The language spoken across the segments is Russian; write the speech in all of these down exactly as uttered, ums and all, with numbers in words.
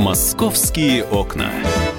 «Московские окна».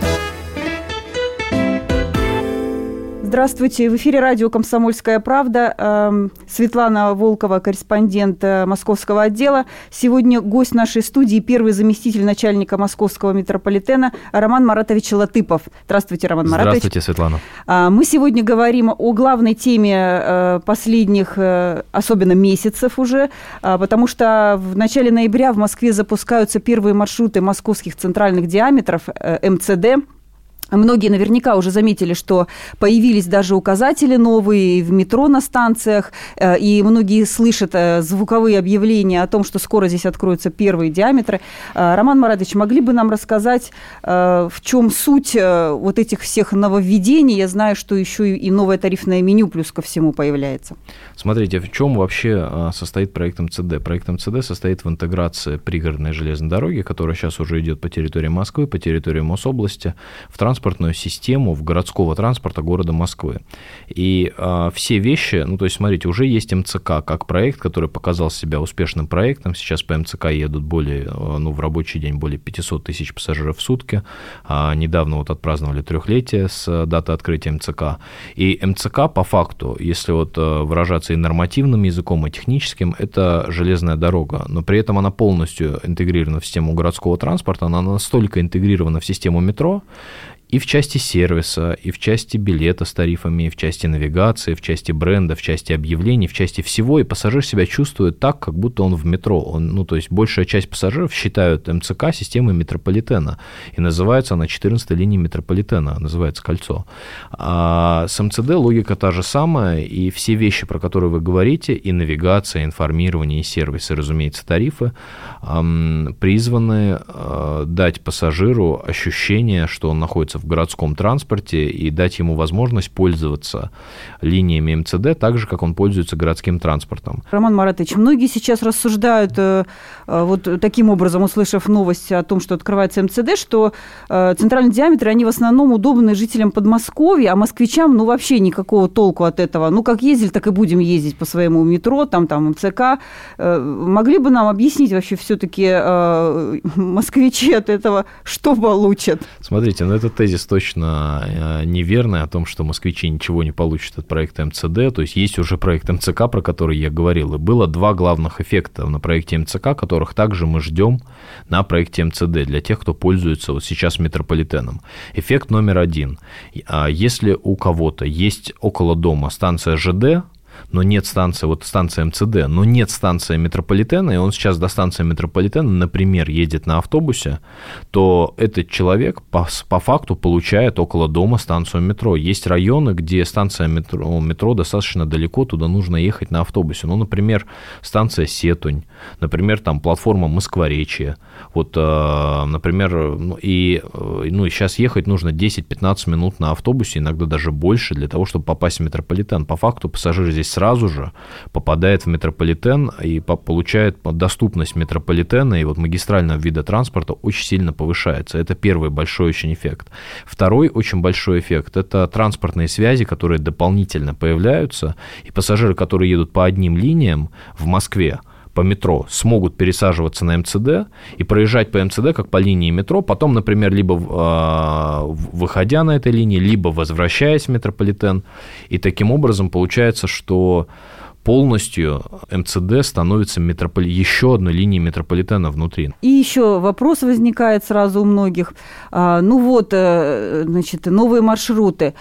Здравствуйте. В эфире радио «Комсомольская правда». Светлана Волкова, корреспондент московского отдела. Сегодня гость нашей студии, первый заместитель начальника московского метрополитена Роман Маратович Латыпов. Здравствуйте, Роман Маратович. Здравствуйте, Светлана. Мы сегодня говорим о главной теме последних, особенно месяцев уже, потому что в начале ноября в Москве запускаются первые маршруты московских центральных диаметров эм цэ дэ. Многие наверняка уже заметили, что появились даже указатели новые в метро на станциях, и многие слышат звуковые объявления о том, что скоро здесь откроются первые диаметры. Роман Маратович, могли бы нам рассказать, в чем суть вот этих всех нововведений? Я знаю, что еще и новое тарифное меню плюс ко всему появляется. Смотрите, в чем вообще состоит проект эм цэ дэ? Проект эм цэ дэ состоит в интеграции пригородной железной дороги, которая сейчас уже идет по территории Москвы, по территории Мособласти, в транспорт транспортную систему в городского транспорта города Москвы. И а, все вещи, ну, то есть, смотрите, уже есть эм цэ ка как проект, который показал себя успешным проектом. Сейчас по эм цэ ка едут более, ну, в рабочий день более пятьсот тысяч пассажиров в сутки. А, недавно вот отпраздновали трехлетие с даты открытия эм цэ ка. И эм цэ ка по факту, если вот выражаться и нормативным языком, и техническим, это железная дорога. Но при этом она полностью интегрирована в систему городского транспорта, она настолько интегрирована в систему метро, и в части сервиса, и в части билета с тарифами, и в части навигации, в части бренда, в части объявлений, в части всего, и пассажир себя чувствует так, как будто он в метро. Он, ну, то есть большая часть пассажиров считают эм цэ ка системой метрополитена, и называется она четырнадцатой линией метрополитена, называется «Кольцо». А с эм цэ дэ логика та же самая, и все вещи, про которые вы говорите, и навигация, и информирование, и сервис, и, разумеется, тарифы, эм, призваны э, дать пассажиру ощущение, что он находится в городском транспорте, и дать ему возможность пользоваться линиями эм цэ дэ так же, как он пользуется городским транспортом. Роман Маратович, многие сейчас рассуждают э, вот таким образом, услышав новость о том, что открывается эм цэ дэ, что э, центральные диаметры, они в основном удобны жителям Подмосковья, а москвичам, ну, вообще никакого толку от этого. Ну, как ездили, так и будем ездить по своему метро, там, там, эм цэ ка. Э, могли бы нам объяснить вообще все-таки э, москвичи от этого что получат? Смотрите, ну, это тезис точно неверный о том, что москвичи ничего не получат от проекта эм цэ дэ. То есть есть уже проект эм цэ ка, про который я говорил, и было два главных эффекта на проекте эм цэ ка, которых также мы ждем на проекте эм цэ дэ для тех, кто пользуется вот сейчас метрополитеном. Эффект номер один. Если у кого-то есть около дома станция жэ дэ, но нет станции, вот станция эм цэ дэ, но нет станции метрополитена, и он сейчас до станции метрополитена, например, едет на автобусе, то этот человек по, по факту получает около дома станцию метро. Есть районы, где станция метро, метро достаточно далеко, туда нужно ехать на автобусе. Ну, например, станция Сетунь, например, там платформа Москворечье. Вот, например, ну, и, ну, и сейчас ехать нужно десять-пятнадцать минут на автобусе, иногда даже больше, для того, чтобы попасть в метрополитен. По факту пассажир здесь сразу же попадает в метрополитен и получает доступность метрополитена, и вот магистрального вида транспорта очень сильно повышается. Это первый большой очень эффект. Второй очень большой эффект – это транспортные связи, которые дополнительно появляются, и пассажиры, которые едут по одним линиям в Москве, по метро, смогут пересаживаться на эм цэ дэ и проезжать по эм цэ дэ как по линии метро, потом, например, либо э, выходя на этой линии, либо возвращаясь в метрополитен. И таким образом получается, что полностью эм цэ дэ становится метрополи... еще одной линией метрополитена внутри. И еще вопрос возникает сразу у многих. Ну вот, значит, новые маршруты,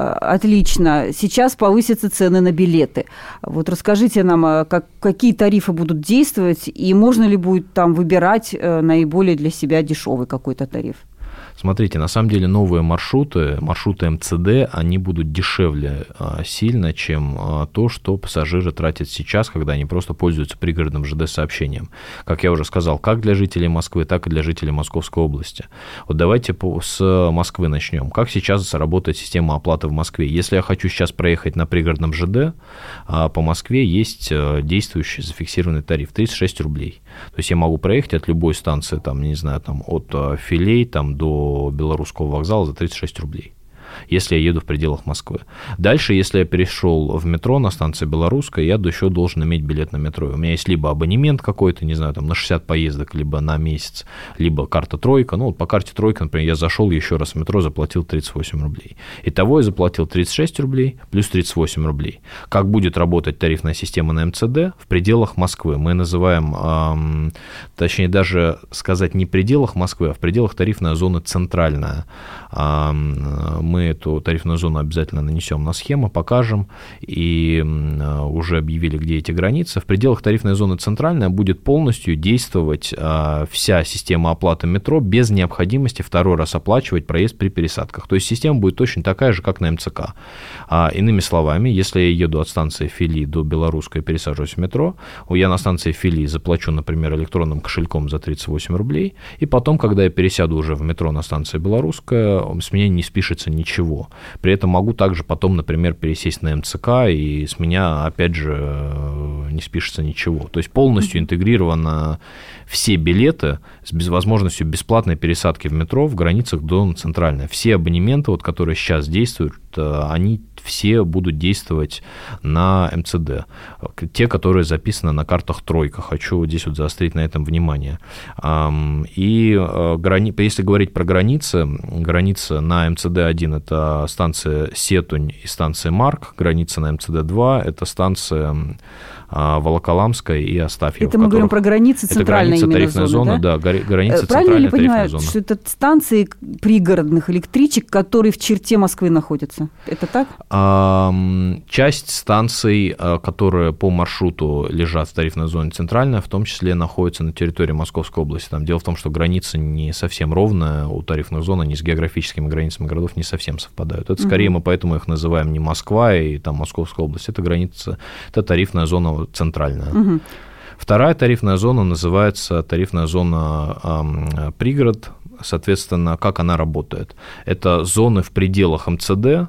отлично. Сейчас повысятся цены на билеты. Вот расскажите нам, как, какие тарифы будут действовать, и можно ли будет там выбирать наиболее для себя дешевый какой-то тариф? Смотрите, на самом деле новые маршруты, маршруты эм цэ дэ, они будут дешевле сильно, чем то, что пассажиры тратят сейчас, когда они просто пользуются пригородным жэ дэ-сообщением. Как я уже сказал, как для жителей Москвы, так и для жителей Московской области. Вот давайте с Москвы начнем. Как сейчас работает система оплаты в Москве? Если я хочу сейчас проехать на пригородном жэ дэ, по Москве есть действующий зафиксированный тариф тридцать шесть рублей. То есть я могу проехать от любой станции, там, не знаю, там, от Филей там, до Белорусского вокзала за тридцать шесть рублей. если я еду в пределах Москвы. Дальше, если я перешел в метро на станции Белорусская, я еще должен иметь билет на метро. У меня есть либо абонемент какой-то, не знаю, там на шестьдесят поездок, либо на месяц, либо карта тройка. Ну, вот по карте тройка, например, я зашел еще раз в метро, заплатил тридцать восемь рублей. Итого я заплатил тридцать шесть рублей плюс тридцать восемь рублей. Как будет работать тарифная система на МЦД? В пределах Москвы. Мы называем, эм, точнее, даже сказать не в пределах Москвы, а в пределах тарифной зоны центральная. Эм, мы эту тарифную зону обязательно нанесем на схему, покажем, и э, уже объявили, где эти границы. В пределах тарифной зоны центральная будет полностью действовать э, вся система оплаты метро без необходимости второй раз оплачивать проезд при пересадках. То есть система будет точно такая же, как на МЦК. А, иными словами, если я еду от станции Фили до Белорусской и пересаживаюсь в метро, я на станции Фили заплачу, например, электронным кошельком за тридцать восемь рублей, и потом, когда я пересяду уже в метро на станции Белорусская, с меня не спишется ничего. При этом могу также потом, например, пересесть на МЦК, и с меня, опять же, не спишется ничего. То есть полностью интегрировано все билеты с возможностью бесплатной пересадки в метро в границах зоны центральной. Все абонементы, вот, которые сейчас действуют, они все будут действовать на МЦД. Те, которые записаны на картах тройка. Хочу здесь вот заострить на этом внимание. И если говорить про границы, граница на МЦД один – это станция Сетунь и станция Марк, граница на МЦД два – это станция Волоколамская и Астафьево. Это мы говорим про границы центральной именно тарифная зоны, да? Да, границы Правильно ли центральной тарифной зоны. Что это станции пригородных электричек, которые в черте Москвы находятся? Это так? Часть станций, которые по маршруту лежат в тарифной зоне центральная, в том числе находятся на территории Московской области. Там дело в том, что граница не совсем ровная у тарифных зон, они с географическими границами городов не совсем совпадают. Это скорее угу. мы поэтому их называем не Москва и там Московская область, это граница, это тарифная зона центральная. Угу. Вторая тарифная зона называется тарифная зона э, пригород. Соответственно, как она работает? Это зоны в пределах МЦД,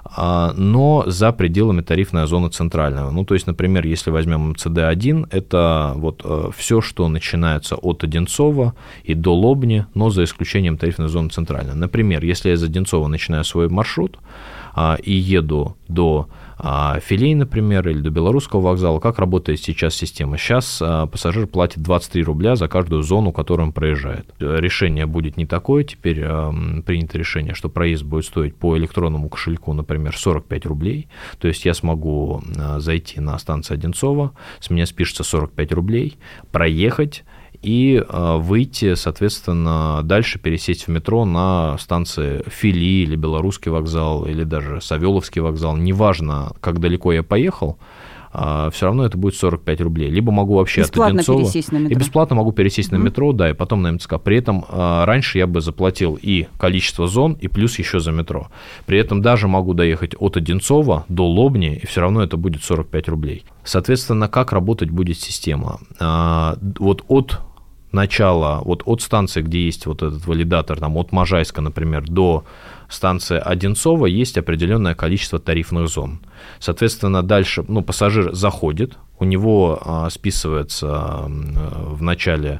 но за пределами тарифной зоны центрального. Ну, то есть, например, если возьмем МЦД один, это вот все, что начинается от Одинцова и до Лобни, но за исключением тарифной зоны центральной. Например, если я из Одинцова начинаю свой маршрут и еду до Филей, например, или до Белорусского вокзала, как работает сейчас система? Сейчас пассажир платит двадцать три рубля за каждую зону, которую он проезжает. Решение будет не такое, теперь принято решение, что проезд будет стоить по электронному кошельку, например, сорок пять рублей, то есть я смогу зайти на станцию Одинцова, с меня спишется сорок пять рублей, проехать, и выйти, соответственно, дальше пересесть в метро на станции Фили или Белорусский вокзал, или даже Савеловский вокзал. Неважно, как далеко я поехал, все равно это будет сорок пять рублей. Либо могу вообще бесплатно от Одинцова... пересесть на метро. И бесплатно могу пересесть mm-hmm. на метро, да, и потом на МЦК. При этом раньше я бы заплатил и количество зон, и плюс еще за метро. При этом даже могу доехать от Одинцова до Лобни, и все равно это будет сорок пять рублей. Соответственно, как работать будет система? Вот от начала, вот от станции, где есть вот этот валидатор, там, от Можайска, например, до станции Одинцова есть определенное количество тарифных зон. Соответственно, дальше, ну, пассажир заходит, у него а, списывается а, в начале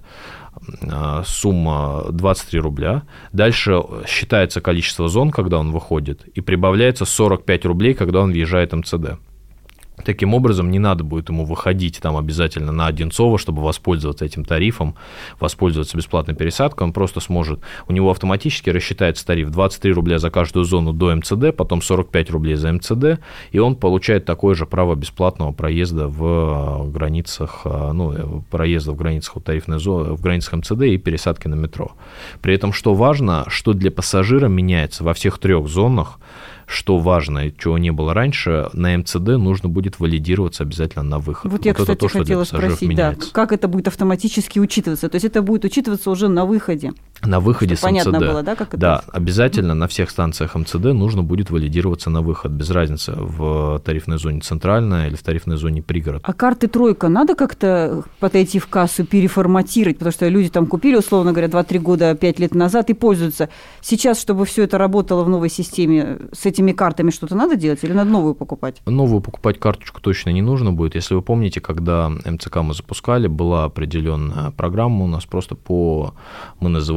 а, сумма двадцать три рубля, дальше считается количество зон, когда он выходит, и прибавляется сорок пять рублей, когда он въезжает в МЦД. Таким образом, не надо будет ему выходить там обязательно на Одинцово, чтобы воспользоваться этим тарифом, воспользоваться бесплатной пересадкой. Он просто сможет, у него автоматически рассчитается тариф двадцать три рубля за каждую зону до МЦД, потом сорок пять рублей за МЦД, и он получает такое же право бесплатного проезда в границах, ну, проезда в границах тарифной зоны, в границах МЦД и пересадки на метро. При этом, что важно, что для пассажира меняется во всех трех зонах, что важно, чего не было раньше, на МЦД нужно будет валидироваться обязательно на выход. Вот, вот я, кстати, то, хотела спросить, да, как это будет автоматически учитываться? То есть это будет учитываться уже на выходе? На выходе с понятно МЦД. Было, да, как это? Да, обязательно на всех станциях МЦД нужно будет валидироваться на выход, без разницы, в тарифной зоне центральная или в тарифной зоне пригород. А карты тройка надо как-то подойти в кассу, переформатировать, потому что люди там купили, условно говоря, два-три года, пять лет назад и пользуются. Сейчас, чтобы все это работало в новой системе, с этими картами что-то надо делать или надо новую покупать? Новую покупать карточку точно не нужно будет. Если вы помните, когда МЦК мы запускали, была определенная программа у нас просто по, мы называли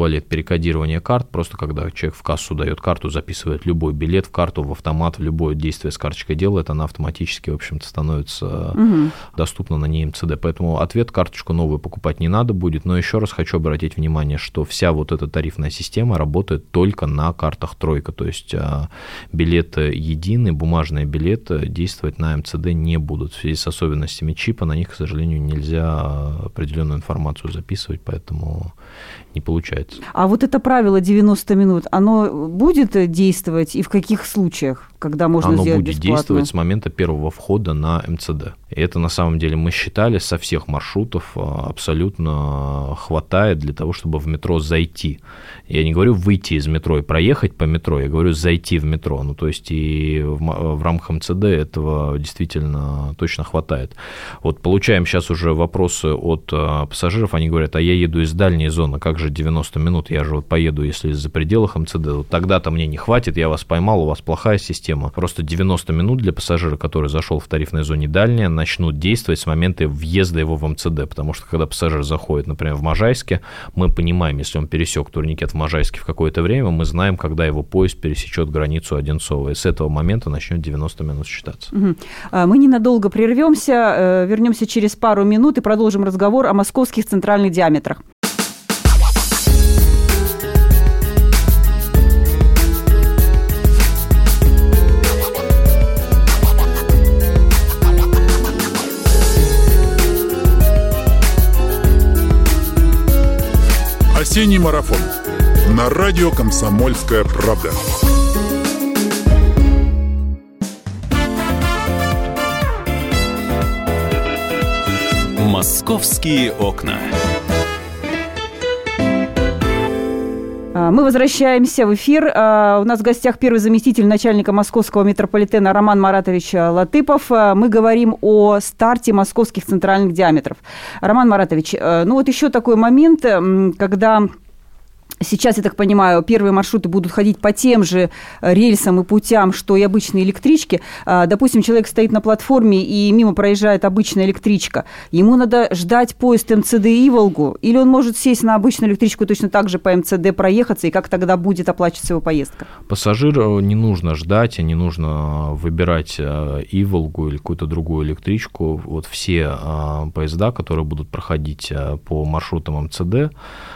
сделали это перекодирование карт, просто когда человек в кассу дает карту, записывает любой билет в карту, в автомат, в любое действие с карточкой делает, она автоматически, в общем-то, становится угу. доступна на ней эм цэ дэ. Поэтому ответ: карточку новую покупать не надо будет, но еще раз хочу обратить внимание, что вся вот эта тарифная система работает только на картах «Тройка», то есть билеты единые, бумажные билеты действовать на эм цэ дэ не будут. В связи с особенностями чипа на них, к сожалению, нельзя определенную информацию записывать, поэтому не получается. А вот это правило девяносто минут, оно будет действовать и в каких случаях, когда можно оно сделать будет бесплатно? действовать с момента первого входа на эм цэ дэ. И это на самом деле мы считали, со всех маршрутов абсолютно хватает для того, чтобы в метро зайти. Я не говорю выйти из метро и проехать по метро, я говорю зайти в метро. Ну, то есть и в, в рамках эм цэ дэ этого действительно точно хватает. Вот получаем сейчас уже вопросы от пассажиров, они говорят: а я еду из дальней зоны, как же девяносто минут, я же вот поеду, если из-за пределов эм цэ дэ, вот тогда-то мне не хватит, я вас поймал, у вас плохая система. Просто девяносто минут для пассажира, который зашел в тарифной зоне дальняя, начнут действовать с момента въезда его в эм цэ дэ, потому что когда пассажир заходит, например, в Можайске, мы понимаем, если он пересек турникет в Можайске в какое-то время, мы знаем, когда его поезд пересечет границу Одинцово, и с этого момента начнет девяносто минут считаться. Угу. Мы ненадолго прервемся, вернемся через пару минут и продолжим разговор о московских центральных диаметрах. Осенний марафон на радио «Комсомольская правда». «Московские окна». Мы возвращаемся в эфир. У нас в гостях первый заместитель начальника московского метрополитена Роман Маратович Латыпов. Мы говорим о старте московских центральных диаметров. Роман Маратович, ну вот еще такой момент, когда... Сейчас, я так понимаю, первые маршруты будут ходить по тем же рельсам и путям, что и обычные электрички. Допустим, человек стоит на платформе, и мимо проезжает обычная электричка. Ему надо ждать поезд эм цэ дэ «Иволгу», или он может сесть на обычную электричку, точно так же по эм цэ дэ проехаться, и как тогда будет оплачиваться его поездка? Пассажиру не нужно ждать, не нужно выбирать «Иволгу» или какую-то другую электричку. Вот все поезда, которые будут проходить по маршрутам эм цэ дэ,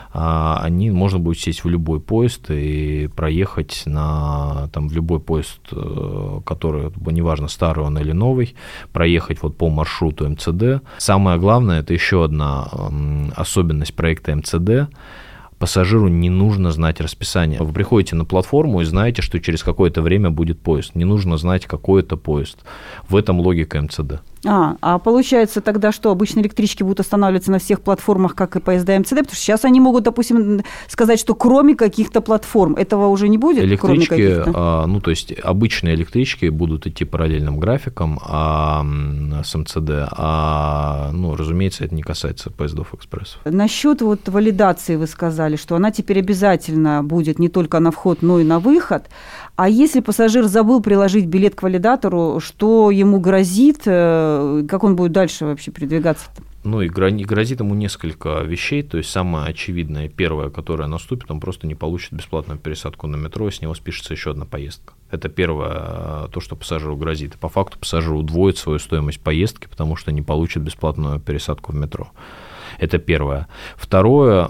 они, можно будет сесть в любой поезд и проехать на, там, в любой поезд, который, неважно, старый он или новый, проехать вот по маршруту эм цэ дэ. Самое главное, это еще одна особенность проекта эм цэ дэ. Пассажиру не нужно знать расписание. Вы приходите на платформу и знаете, что через какое-то время будет поезд. Не нужно знать, какой это поезд. В этом логика эм цэ дэ. А, а получается тогда, что обычно электрички будут останавливаться на всех платформах, как и поезда эм цэ дэ? Потому что сейчас они могут, допустим, сказать, что кроме каких-то платформ. Этого уже не будет? Электрички, а, ну, то есть обычные электрички будут идти параллельным графиком а, с эм цэ дэ, а, ну, разумеется, это не касается поездов экспрессов. Насчет вот валидации вы сказали, что она теперь обязательно будет не только на вход, но и на выход. А если пассажир забыл приложить билет к валидатору, что ему грозит? Как он будет дальше вообще передвигаться-то? Ну, и грозит ему несколько вещей. То есть, самое очевидное, первое, которое наступит, он просто не получит бесплатную пересадку на метро, и с него спишется еще одна поездка. Это первое, то, что пассажиру грозит. И по факту пассажир удвоит свою стоимость поездки, потому что не получит бесплатную пересадку в метро. Это первое. Второе,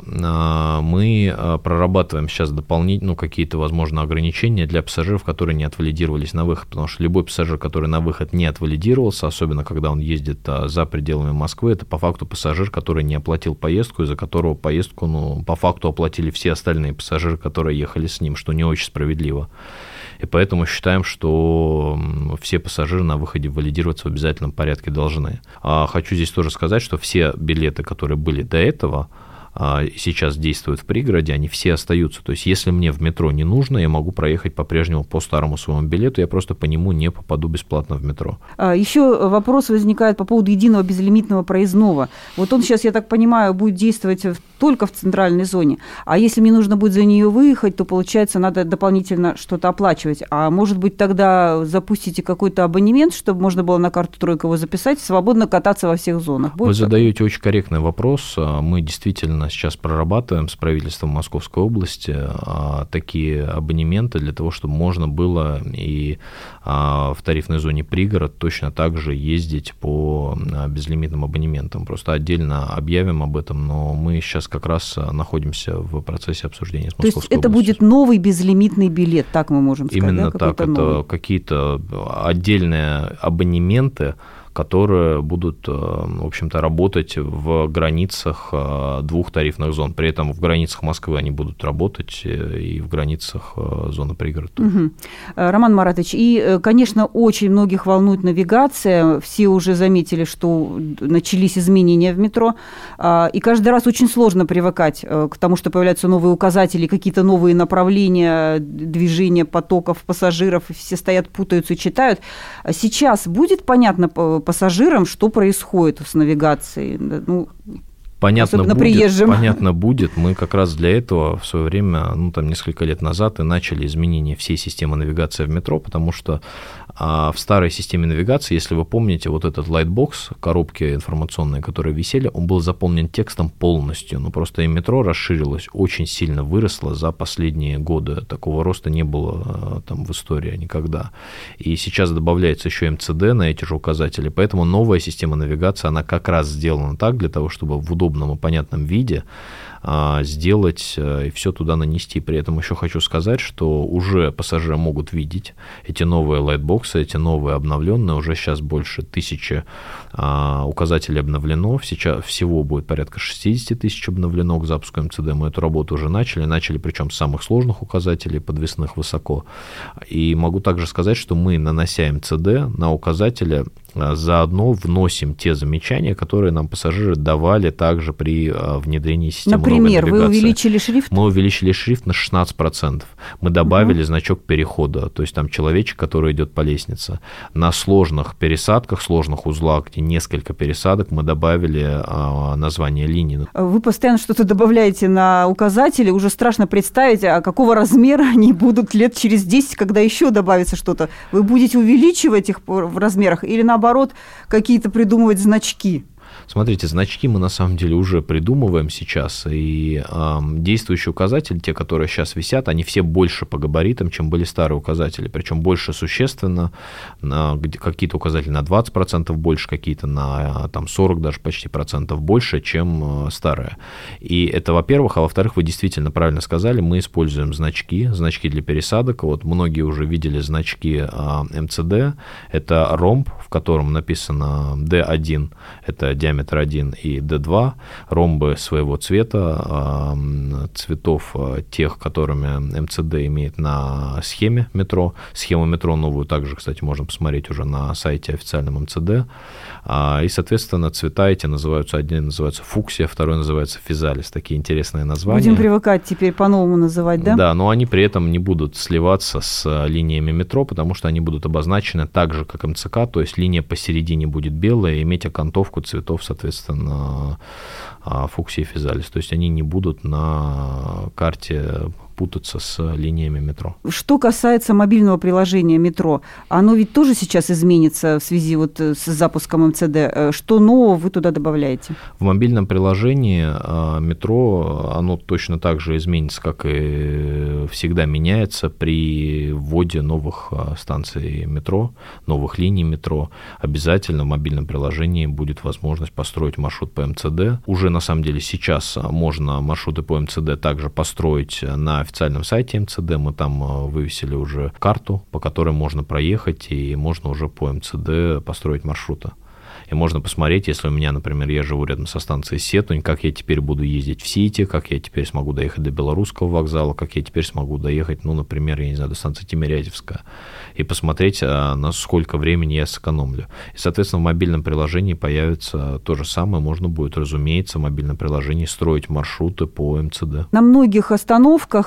мы прорабатываем сейчас дополнительно, ну, какие-то, возможно, ограничения для пассажиров, которые не отвалидировались на выход, потому что любой пассажир, который на выход не отвалидировался, особенно когда он ездит за пределами Москвы, это по факту пассажир, который не оплатил поездку, из-за которого поездку, ну, по факту оплатили все остальные пассажиры, которые ехали с ним, что не очень справедливо. И поэтому считаем, что все пассажиры на выходе валидироваться в обязательном порядке должны. А хочу здесь тоже сказать, что все билеты, которые были до этого, сейчас действуют в пригороде, они все остаются. То есть, если мне в метро не нужно, я могу проехать по-прежнему по старому своему билету, я просто по нему не попаду бесплатно в метро. Еще вопрос возникает по поводу единого безлимитного проездного. Вот он сейчас, я так понимаю, будет действовать только в центральной зоне. А если мне нужно будет за нее выехать, то, получается, надо дополнительно что-то оплачивать. А может быть, тогда запустите какой-то абонемент, чтобы можно было на карту «Тройка» его записать и свободно кататься во всех зонах? Будет Вы так? задаете очень корректный вопрос. Мы действительно активно сейчас прорабатываем с правительством Московской области такие абонементы для того, чтобы можно было и в тарифной зоне пригород точно так же ездить по безлимитным абонементам. Просто отдельно объявим об этом, но мы сейчас как раз находимся в процессе обсуждения с Московской областью. То есть это будет новый безлимитный билет, так мы можем сказать? Именно да? так, это новый. Какие-то отдельные абонементы, которые будут, в общем-то, работать в границах двух тарифных зон. При этом в границах Москвы они будут работать и в границах зоны пригород. Угу. Роман Маратович, и, конечно, очень многих волнует навигация. Все уже заметили, что начались изменения в метро. И каждый раз очень сложно привыкать к тому, что появляются новые указатели, какие-то новые направления движения потоков пассажиров. Все стоят, путаются и читают. Сейчас будет понятно пассажирам, что происходит с навигацией? Ну, понятно особенно будет, приезжим. Понятно будет. Мы как раз для этого в свое время, ну, там, несколько лет назад и начали изменение всей системы навигации в метро, потому что а в старой системе навигации, если вы помните, вот этот лайтбокс, коробки информационные, которые висели, он был заполнен текстом полностью. Но просто и метро расширилось, очень сильно выросло за последние годы. Такого роста не было там в истории никогда. И сейчас добавляется еще эм цэ дэ на эти же указатели. Поэтому новая система навигации, она как раз сделана так, для того, чтобы в удобном и понятном виде сделать и все туда нанести. При этом еще хочу сказать, что уже пассажиры могут видеть эти новые лайтбоксы, эти новые обновленные, уже сейчас больше тысячи указателей обновлено, сейчас всего будет порядка шестьдесят тысяч обновлено к запуску эм цэ дэ. Мы эту работу уже начали, начали причем с самых сложных указателей, подвесных высоко. И могу также сказать, что мы, нанося эм цэ дэ на указатели, заодно вносим те замечания, которые нам пассажиры давали также при внедрении системы новой навигации. Например, вы увеличили шрифт? Мы увеличили шрифт на шестнадцать процентов. Мы добавили угу. значок перехода, то есть там человечек, который идет по лестнице. На сложных пересадках, сложных узлах, где несколько пересадок, мы добавили а, название линии. Вы постоянно что-то добавляете на указатели, уже страшно представить, а какого размера они будут лет через десять, когда еще добавится что-то. Вы будете увеличивать их в размерах или наоборот? Наоборот, какие-то придумывать значки? Смотрите, значки мы на самом деле уже придумываем сейчас, и э, действующие указатели, те, которые сейчас висят, они все больше по габаритам, чем были старые указатели, причем больше существенно, на, какие-то указатели на двадцать процентов больше, какие-то на там, сорок даже почти процентов больше, чем старые. И это, во-первых, а во-вторых, вы действительно правильно сказали, мы используем значки, значки для пересадок, вот многие уже видели значки э, эм цэ дэ, это ромб, в котором написано дэ один, это диаметр один и дэ два, ромбы своего цвета, цветов тех, которыми эм цэ дэ имеет на схеме метро. Схему метро новую также, кстати, можно посмотреть уже на сайте официальном эм цэ дэ. И, соответственно, цвета эти называются, один называется фуксия, второй называется физалис. Такие интересные названия. Будем привыкать теперь по-новому называть, да? Да, но они при этом не будут сливаться с линиями метро, потому что они будут обозначены так же, как эм цэ ка, то есть линия посередине будет белая, иметь окантовку цветов, соответственно, фуксия и физалис. То есть они не будут на карте путаться с линиями метро. Что касается мобильного приложения метро, оно ведь тоже сейчас изменится в связи вот с запуском эм цэ дэ. Что нового вы туда добавляете? В мобильном приложении метро, оно точно так же изменится, как и всегда меняется при вводе новых станций метро, новых линий метро. Обязательно в мобильном приложении будет возможность построить маршрут по эм цэ дэ. Уже на самом деле сейчас можно маршруты по эм цэ дэ также построить на официальном сайте эм цэ дэ. Мы там вывесили уже карту, по которой можно проехать, и можно уже по эм цэ дэ построить маршруты. И можно посмотреть, если у меня, например, я живу рядом со станцией Сетунь, как я теперь буду ездить в Сити, как я теперь смогу доехать до Белорусского вокзала, как я теперь смогу доехать, ну, например, я не знаю, до станции Тимирязевская, и посмотреть, на сколько времени я сэкономлю. И, соответственно, в мобильном приложении появится то же самое, можно будет, разумеется, в мобильном приложении строить маршруты по эм цэ дэ. На многих остановках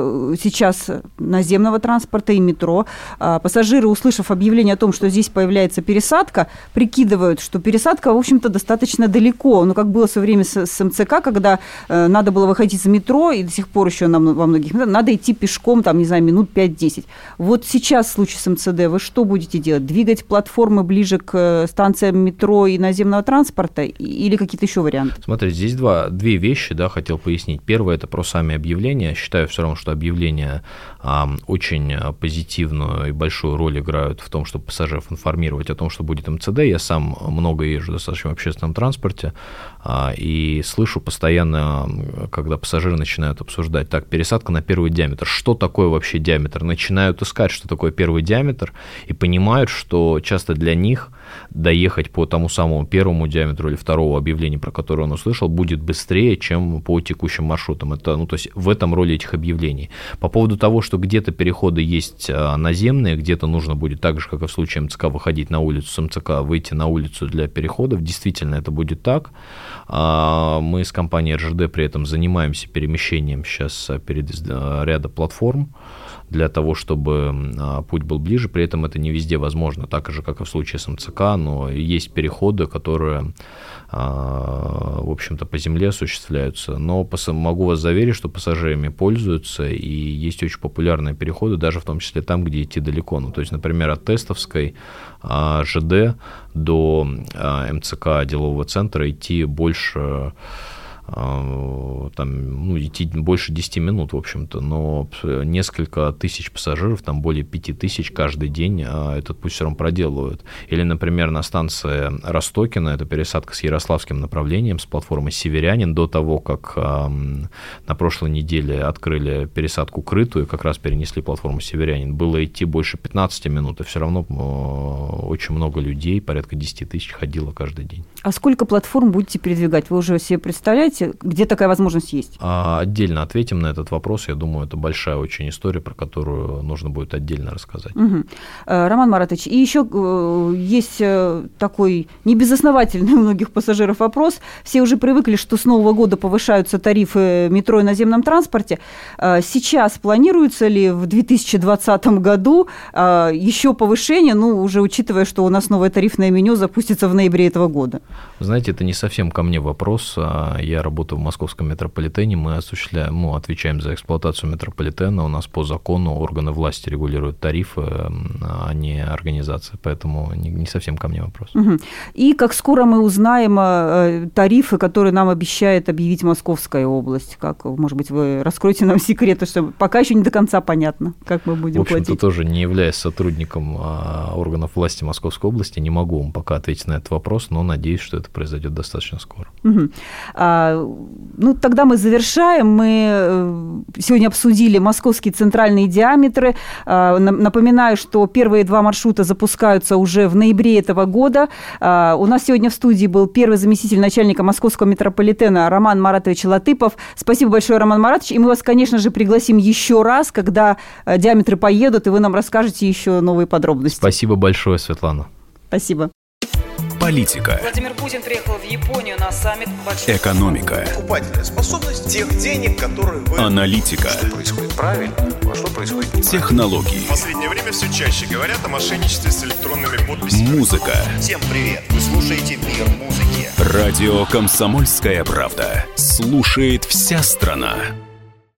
сейчас наземного транспорта и метро пассажиры, услышав объявление о том, что здесь появляется пересадка, прикидывают, понимают, что пересадка, в общем-то, достаточно далеко. Ну, как было в свое время с, с МЦК, когда э, надо было выходить из метро, и до сих пор еще нам, во многих метро, надо идти пешком, там, не знаю, минут пять-десять. Вот сейчас в случае с МЦД вы что будете делать? Двигать платформы ближе к станциям метро и наземного транспорта или какие-то еще варианты? Смотрите, здесь два, две вещи, да, хотел пояснить. Первое – это про сами объявления. Считаю все равно, что объявления а, очень позитивную и большую роль играют в том, чтобы пассажиров информировать о том, что будет МЦД. Я сам много езжу достаточно в общественном транспорте а, и слышу постоянно, когда пассажиры начинают обсуждать, так, пересадка на первый диаметр. Что такое вообще диаметр? Начинают искать, что такое первый диаметр, и понимают, что часто для них доехать по тому самому первому диаметру или второму объявлению, про которое он услышал, будет быстрее, чем по текущим маршрутам. Это, ну, то есть в этом роли этих объявлений. По поводу того, что где-то переходы есть наземные, где-то нужно будет так же, как и в случае МЦК, выходить на улицу с МЦК, выйти на улицу для переходов, действительно это будет так. Мы с компанией эр жэ дэ при этом занимаемся перемещением сейчас перед ряда платформ, для того, чтобы путь был ближе, при этом это не везде возможно, так же, как и в случае с МЦК, но есть переходы, которые, в общем-то, по земле осуществляются, но могу вас заверить, что пассажирами пользуются, и есть очень популярные переходы, даже в том числе там, где идти далеко, ну, то есть, например, от Тестовской ЖД до МЦК делового центра идти больше... там, ну, идти больше десяти минут, в общем-то, но несколько тысяч пассажиров, там более пяти тысяч каждый день этот путь все равно проделывают. Или, например, на станции Ростокино, это пересадка с ярославским направлением, с платформы «Северянин», до того, как на прошлой неделе открыли пересадку крытую, как раз перенесли платформу «Северянин», было идти больше пятнадцати минут, и все равно очень много людей, порядка десяти тысяч ходило каждый день. А сколько платформ будете передвигать? Вы уже себе представляете, где такая возможность есть? Отдельно ответим на этот вопрос. Я думаю, это большая очень история, про которую нужно будет отдельно рассказать. Угу. Роман Маратович, и еще есть такой небезосновательный у многих пассажиров вопрос. Все уже привыкли, что с Нового года повышаются тарифы метро и наземном транспорте. Сейчас планируется ли в две тысячи двадцатом году еще повышение, ну, уже учитывая, что у нас новое тарифное меню запустится в ноябре этого года? Знаете, это не совсем ко мне вопрос. Я работаю в московском метрополитене, мы осуществляем, ну, отвечаем за эксплуатацию метрополитена. У нас по закону органы власти регулируют тарифы, а не организации, поэтому не, не совсем ко мне вопрос. Угу. И как скоро мы узнаем тарифы, которые нам обещает объявить Московская область? Как, может быть, вы раскроете нам секреты, что пока еще не до конца понятно, как мы будем платить? В общем-то, тоже не являясь сотрудником органов власти Московской области, не могу вам пока ответить на этот вопрос, но надеюсь, что это произойдет достаточно скоро. Угу. А, ну, тогда мы завершаем. Мы сегодня обсудили московские центральные диаметры. А, напоминаю, что первые два маршрута запускаются уже в ноябре этого года. А, у нас сегодня в студии был первый заместитель начальника московского метрополитена Роман Маратович Латыпов. Спасибо большое, Роман Маратович. И мы вас, конечно же, пригласим еще раз, когда диаметры поедут, и вы нам расскажете еще новые подробности. Спасибо большое, Светлана. Спасибо. Политика. Владимир Путин приехал в Японию на саммит большой... Экономика. Покупательная способность тех денег, которые вы... Аналитика. Что происходит правильно, а что происходит неправильно. Технологии. В последнее время все чаще говорят о мошенничестве с электронными подписями. Музыка. Всем привет! Вы слушаете «Мир музыки». Радио «Комсомольская правда». Слушает вся страна.